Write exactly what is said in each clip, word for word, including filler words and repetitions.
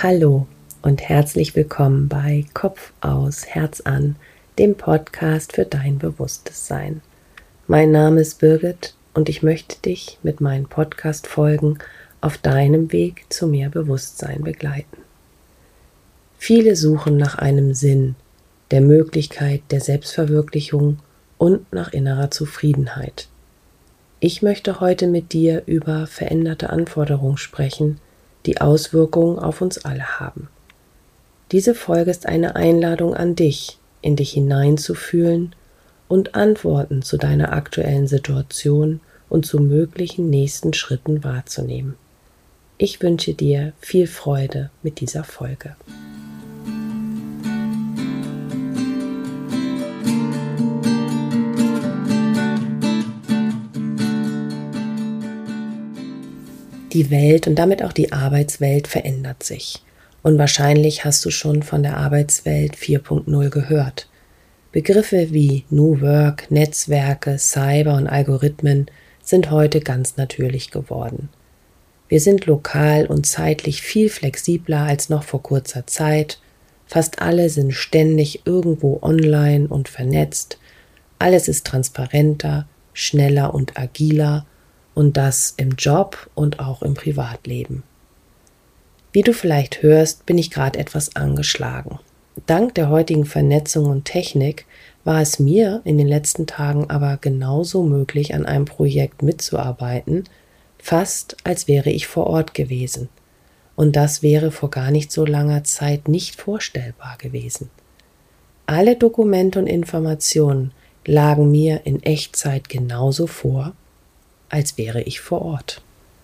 Hallo und herzlich willkommen bei Kopf aus, Herz an, dem Podcast für dein bewusstes Sein. Mein Name ist Birgit und ich möchte dich mit meinen Podcast-Folgen auf deinem Weg zu mehr Bewusstsein begleiten. Viele suchen nach einem Sinn, der Möglichkeit der Selbstverwirklichung und nach innerer Zufriedenheit. Ich möchte heute mit dir über veränderte Anforderungen sprechen, die Auswirkungen auf uns alle haben. Diese Folge ist eine Einladung an dich, in dich hineinzufühlen und Antworten zu deiner aktuellen Situation und zu möglichen nächsten Schritten wahrzunehmen. Ich wünsche dir viel Freude mit dieser Folge. Die Welt und damit auch die Arbeitswelt verändert sich. Und wahrscheinlich hast du schon von der Arbeitswelt vier Punkt null gehört. Begriffe wie New Work, Netzwerke, Cyber und Algorithmen sind heute ganz natürlich geworden. Wir sind lokal und zeitlich viel flexibler als noch vor kurzer Zeit. Fast alle sind ständig irgendwo online und vernetzt. Alles ist transparenter, schneller und agiler. Und das im Job und auch im Privatleben. Wie du vielleicht hörst, bin ich gerade etwas angeschlagen. Dank der heutigen Vernetzung und Technik war es mir in den letzten Tagen aber genauso möglich, an einem Projekt mitzuarbeiten, fast als wäre ich vor Ort gewesen. Und das wäre vor gar nicht so langer Zeit nicht vorstellbar gewesen. Alle Dokumente und Informationen lagen mir in Echtzeit genauso vor, als wäre ich vor Ort.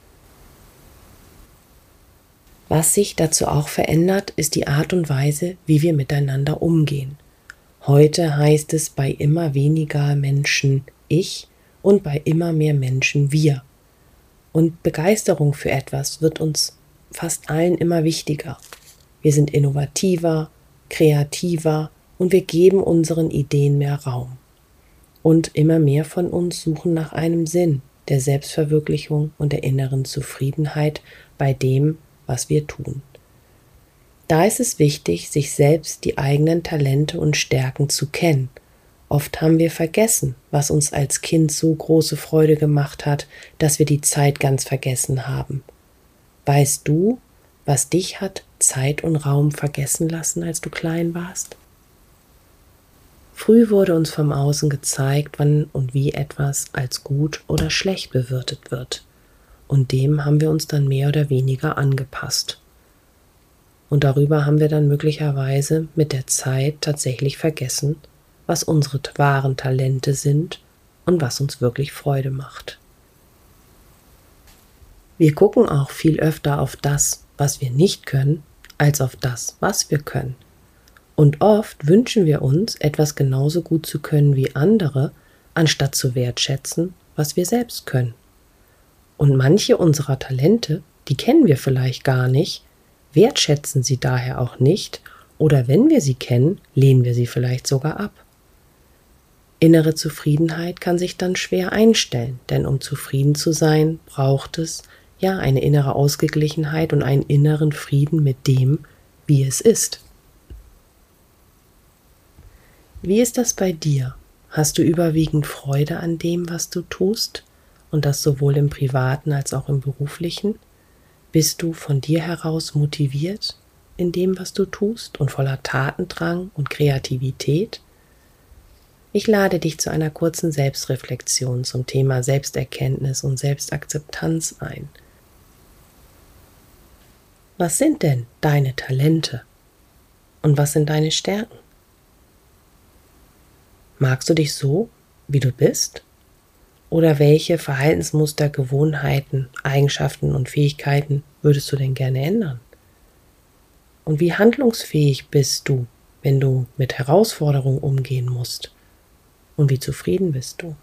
Was sich dazu auch verändert, ist die Art und Weise, wie wir miteinander umgehen. Heute heißt es bei immer weniger Menschen ich und bei immer mehr Menschen wir. Und Begeisterung für etwas wird uns fast allen immer wichtiger. Wir sind innovativer, kreativer und wir geben unseren Ideen mehr Raum. Und immer mehr von uns suchen nach einem Sinn, der Selbstverwirklichung und der inneren Zufriedenheit bei dem, was wir tun. Da ist es wichtig, sich selbst die eigenen Talente und Stärken zu kennen. Oft haben wir vergessen, was uns als Kind so große Freude gemacht hat, dass wir die Zeit ganz vergessen haben. Weißt du, was dich hat Zeit und Raum vergessen lassen, als du klein warst? Früh wurde uns vom Außen gezeigt, wann und wie etwas als gut oder schlecht bewertet wird. Und dem haben wir uns dann mehr oder weniger angepasst. Und darüber haben wir dann möglicherweise mit der Zeit tatsächlich vergessen, was unsere wahren Talente sind und was uns wirklich Freude macht. Wir gucken auch viel öfter auf das, was wir nicht können, als auf das, was wir können. Und oft wünschen wir uns, etwas genauso gut zu können wie andere, anstatt zu wertschätzen, was wir selbst können. Und manche unserer Talente, die kennen wir vielleicht gar nicht, wertschätzen sie daher auch nicht, oder wenn wir sie kennen, lehnen wir sie vielleicht sogar ab. Innere Zufriedenheit kann sich dann schwer einstellen, denn um zufrieden zu sein, braucht es ja eine innere Ausgeglichenheit und einen inneren Frieden mit dem, wie es ist. Wie ist das bei dir? Hast du überwiegend Freude an dem, was du tust? Und das sowohl im Privaten als auch im Beruflichen? Bist du von dir heraus motiviert in dem, was du tust und voller Tatendrang und Kreativität? Ich lade dich zu einer kurzen Selbstreflexion zum Thema Selbsterkenntnis und Selbstakzeptanz ein. Was sind denn deine Talente? Und was sind deine Stärken? Magst du dich so, wie du bist? Oder welche Verhaltensmuster, Gewohnheiten, Eigenschaften und Fähigkeiten würdest du denn gerne ändern? Und wie handlungsfähig bist du, wenn du mit Herausforderungen umgehen musst? Und wie zufrieden bist du?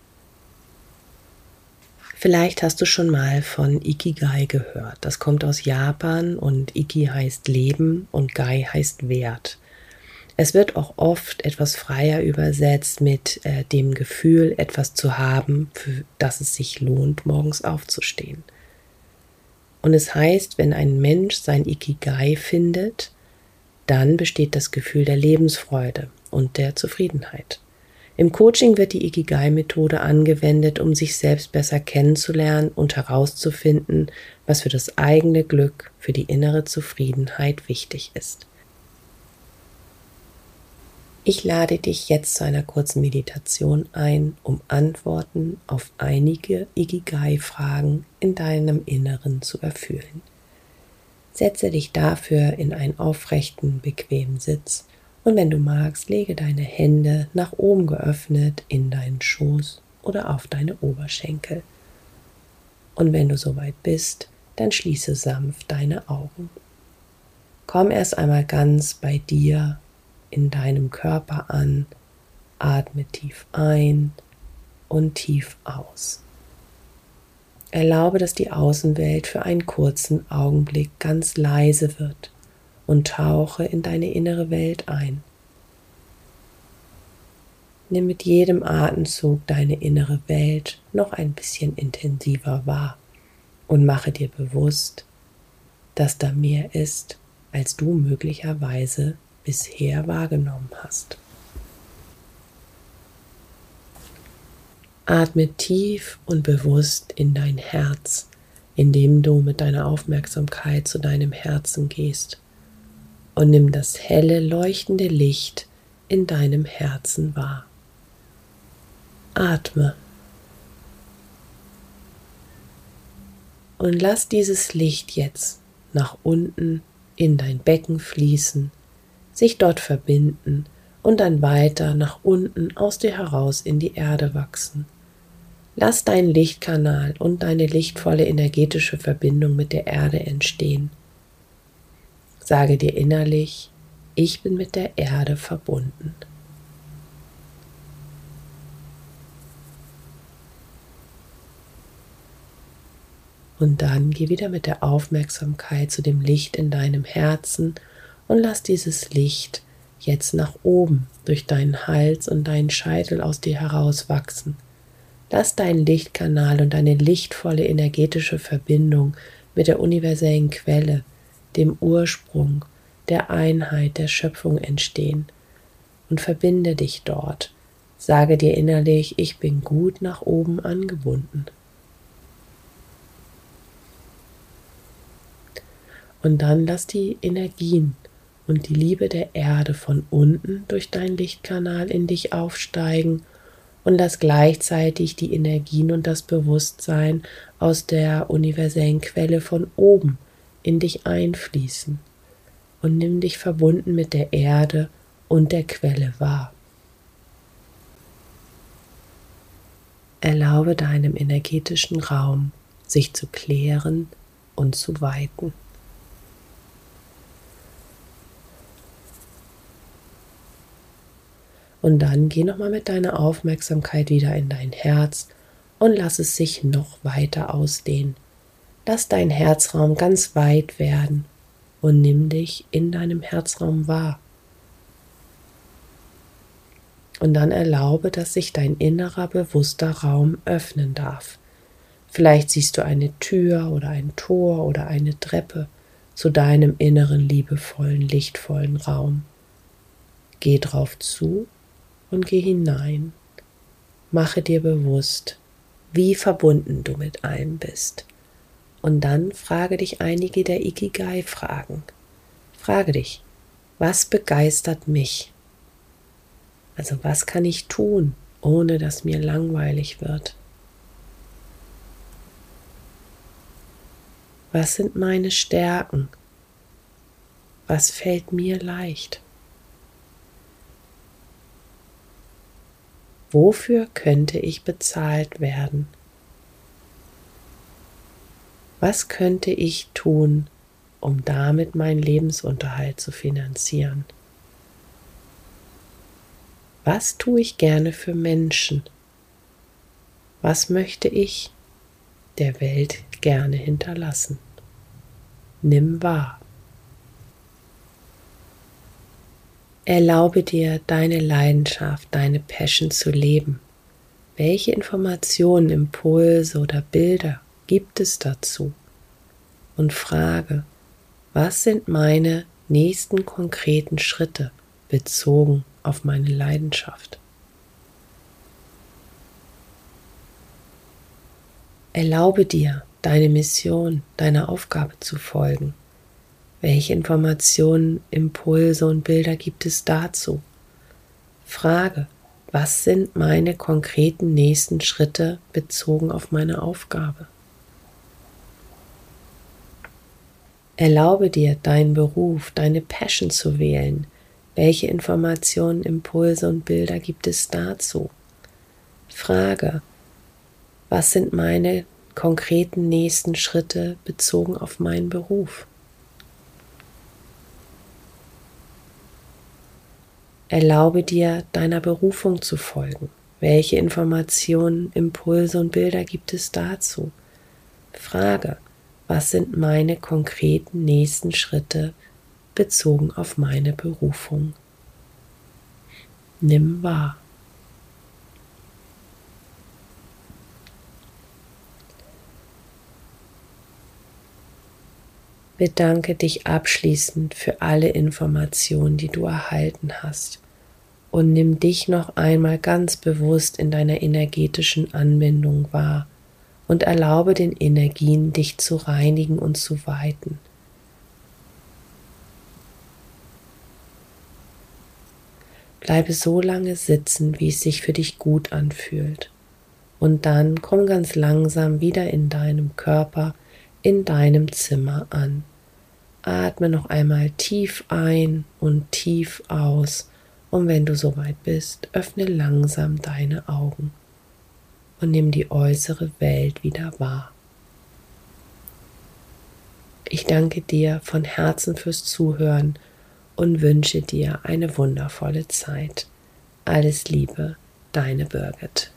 Vielleicht hast du schon mal von Ikigai gehört. Das kommt aus Japan und Iki heißt Leben und Gai heißt Wert. Es wird auch oft etwas freier übersetzt mit äh, dem Gefühl, etwas zu haben, für das es sich lohnt, morgens aufzustehen. Und es heißt, wenn ein Mensch sein Ikigai findet, dann besteht das Gefühl der Lebensfreude und der Zufriedenheit. Im Coaching wird die Ikigai-Methode angewendet, um sich selbst besser kennenzulernen und herauszufinden, was für das eigene Glück, für die innere Zufriedenheit wichtig ist. Ich lade dich jetzt zu einer kurzen Meditation ein, um Antworten auf einige Ikigai-Fragen in deinem Inneren zu erfüllen. Setze dich dafür in einen aufrechten, bequemen Sitz und wenn du magst, lege deine Hände nach oben geöffnet in deinen Schoß oder auf deine Oberschenkel. Und wenn du soweit bist, dann schließe sanft deine Augen. Komm erst einmal ganz bei dir in deinem Körper an, atme tief ein und tief aus. Erlaube, dass die Außenwelt für einen kurzen Augenblick ganz leise wird und tauche in deine innere Welt ein. Nimm mit jedem Atemzug deine innere Welt noch ein bisschen intensiver wahr und mache dir bewusst, dass da mehr ist, als du möglicherweise bisher wahrgenommen hast. Atme tief und bewusst in dein Herz, indem du mit deiner Aufmerksamkeit zu deinem Herzen gehst und nimm das helle, leuchtende Licht in deinem Herzen wahr. Atme und lass dieses Licht jetzt nach unten in dein Becken fließen, sich dort verbinden und dann weiter nach unten aus dir heraus in die Erde wachsen. Lass deinen Lichtkanal und deine lichtvolle energetische Verbindung mit der Erde entstehen. Sage dir innerlich, ich bin mit der Erde verbunden. Und dann geh wieder mit der Aufmerksamkeit zu dem Licht in deinem Herzen und lass dieses Licht jetzt nach oben durch deinen Hals und deinen Scheitel aus dir herauswachsen. Lass deinen Lichtkanal und deine lichtvolle energetische Verbindung mit der universellen Quelle, dem Ursprung, der Einheit der Schöpfung entstehen und verbinde dich dort. Sage dir innerlich, ich bin gut nach oben angebunden. Und dann lass die Energien und die Liebe der Erde von unten durch deinen Lichtkanal in dich aufsteigen und lass gleichzeitig die Energien und das Bewusstsein aus der universellen Quelle von oben in dich einfließen und nimm dich verbunden mit der Erde und der Quelle wahr. Erlaube deinem energetischen Raum, sich zu klären und zu weiten. Und dann geh nochmal mit deiner Aufmerksamkeit wieder in dein Herz und lass es sich noch weiter ausdehnen. Lass deinen Herzraum ganz weit werden und nimm dich in deinem Herzraum wahr. Und dann erlaube, dass sich dein innerer, bewusster Raum öffnen darf. Vielleicht siehst du eine Tür oder ein Tor oder eine Treppe zu deinem inneren, liebevollen, lichtvollen Raum. Geh drauf zu und geh hinein. Mache dir bewusst, wie verbunden du mit allem bist. Und dann frage dich einige der Ikigai-Fragen. Frage dich, was begeistert mich? Also was kann ich tun, ohne dass mir langweilig wird? Was sind meine Stärken? Was fällt mir leicht? Wofür könnte ich bezahlt werden? Was könnte ich tun, um damit meinen Lebensunterhalt zu finanzieren? Was tue ich gerne für Menschen? Was möchte ich der Welt gerne hinterlassen? Nimm wahr. Erlaube dir, deine Leidenschaft, deine Passion zu leben. Welche Informationen, Impulse oder Bilder gibt es dazu? und frage, was sind meine nächsten konkreten Schritte bezogen auf meine Leidenschaft? Erlaube dir, deine Mission, deiner Aufgabe zu folgen. Welche Informationen, Impulse und Bilder gibt es dazu? Frage, was sind meine konkreten nächsten Schritte bezogen auf meine Aufgabe? Erlaube dir, deinen Beruf, deine Passion zu wählen. Welche Informationen, Impulse und Bilder gibt es dazu? Frage, was sind meine konkreten nächsten Schritte bezogen auf meinen Beruf? Erlaube dir, deiner Berufung zu folgen. Welche Informationen, Impulse und Bilder gibt es dazu? Frage, was sind meine konkreten nächsten Schritte bezogen auf meine Berufung? Nimm wahr. Bedanke dich abschließend für alle Informationen, die du erhalten hast, und nimm dich noch einmal ganz bewusst in deiner energetischen Anbindung wahr und erlaube den Energien, dich zu reinigen und zu weiten. Bleibe so lange sitzen, wie es sich für dich gut anfühlt, und dann komm ganz langsam wieder in deinem Körper, in deinem Zimmer an. Atme noch einmal tief ein und tief aus, und wenn du soweit bist, öffne langsam deine Augen und nimm die äußere Welt wieder wahr. Ich danke dir von Herzen fürs Zuhören und wünsche dir eine wundervolle Zeit. Alles Liebe, deine Birgit.